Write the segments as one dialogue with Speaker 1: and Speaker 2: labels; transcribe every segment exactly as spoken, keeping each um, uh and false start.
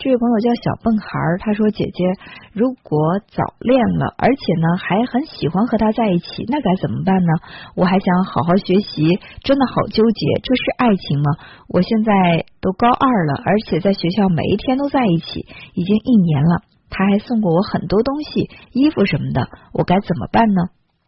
Speaker 1: 这位朋友叫小笨孩儿，他说姐姐，如果早恋了，而且呢还很喜欢和他在一起，那该怎么办呢？我还想好好学习，真的好纠结，这是爱情吗？我现在都高二了，而且在学校每一天都在一起，已经一年了，他还送过我很多东西，衣服什么的，我该怎么办呢？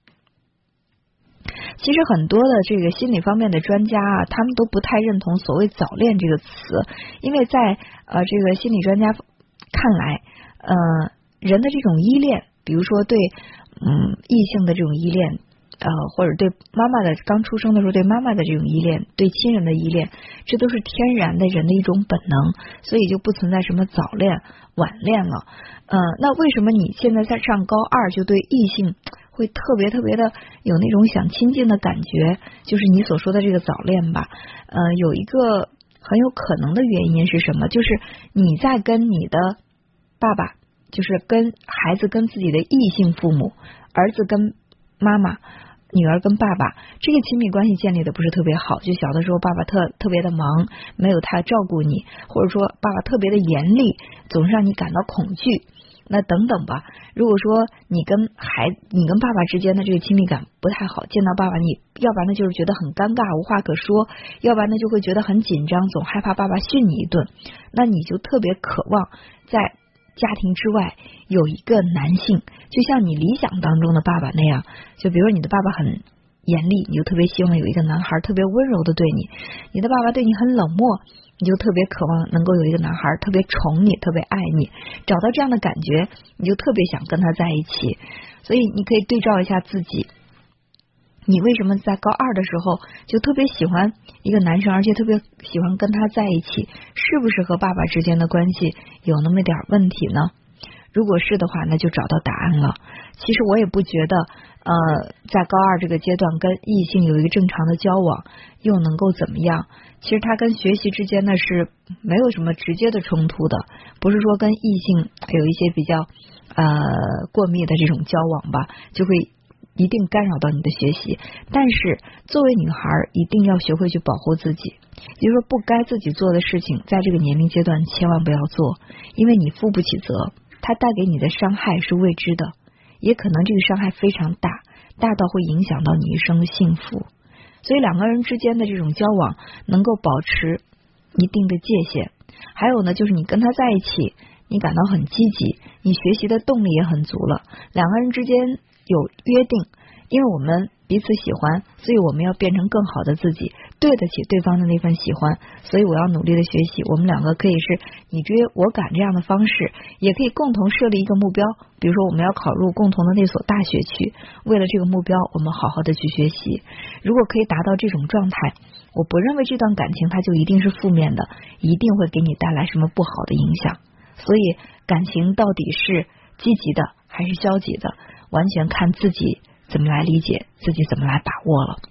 Speaker 1: 其实很多的这个心理方面的专家啊，他们都不太认同所谓早恋这个词，因为在呃这个心理专家看来，呃人的这种依恋，比如说对嗯异性的这种依恋，呃或者对妈妈的刚出生的时候对妈妈的这种依恋，对亲人的依恋，这都是天然的人的一种本能，所以就不存在什么早恋晚恋了。呃那为什么你现在在上高二就对异性会特别特别的有那种想亲近的感觉，就是你所说的这个早恋吧？呃，有一个很有可能的原因是什么？就是你在跟你的爸爸，就是跟孩子跟自己的异性父母，儿子跟妈妈，女儿跟爸爸，这个亲密关系建立的不是特别好。就小的时候爸爸特特别的忙，没有太照顾你，或者说爸爸特别的严厉，总是让你感到恐惧。那等等吧，如果说你跟孩你跟爸爸之间的这个亲密感不太好，见到爸爸你要不然呢就是觉得很尴尬无话可说，要不然呢就会觉得很紧张，总害怕爸爸训你一顿，那你就特别渴望在家庭之外有一个男性，就像你理想当中的爸爸那样，就比如你的爸爸很严厉，你就特别希望有一个男孩特别温柔的对你，你的爸爸对你很冷漠，你就特别渴望能够有一个男孩特别宠你，特别爱你，找到这样的感觉，你就特别想跟他在一起。所以你可以对照一下自己，你为什么在高二的时候就特别喜欢一个男生，而且特别喜欢跟他在一起，是不是和爸爸之间的关系有那么点问题呢？如果是的话，那就找到答案了。其实我也不觉得呃，在高二这个阶段跟异性有一个正常的交往又能够怎么样，其实它跟学习之间呢是没有什么直接的冲突的，不是说跟异性有一些比较呃过密的这种交往吧，就会一定干扰到你的学习。但是作为女孩一定要学会去保护自己，也就是说不该自己做的事情在这个年龄阶段千万不要做，因为你负不起责，它带给你的伤害是未知的，也可能这个伤害非常大，大到会影响到你一生的幸福。所以两个人之间的这种交往能够保持一定的界限。还有呢，就是你跟他在一起，你感到很积极，你学习的动力也很足了，两个人之间有约定，因为我们彼此喜欢，所以我们要变成更好的自己，对得起对方的那份喜欢，所以我要努力的学习。我们两个可以是你追我赶这样的方式，也可以共同设立一个目标，比如说我们要考入共同的那所大学去，为了这个目标我们好好的去学习。如果可以达到这种状态，我不认为这段感情它就一定是负面的，一定会给你带来什么不好的影响。所以感情到底是积极的还是消极的，完全看自己怎么来理解，自己怎么来把握了。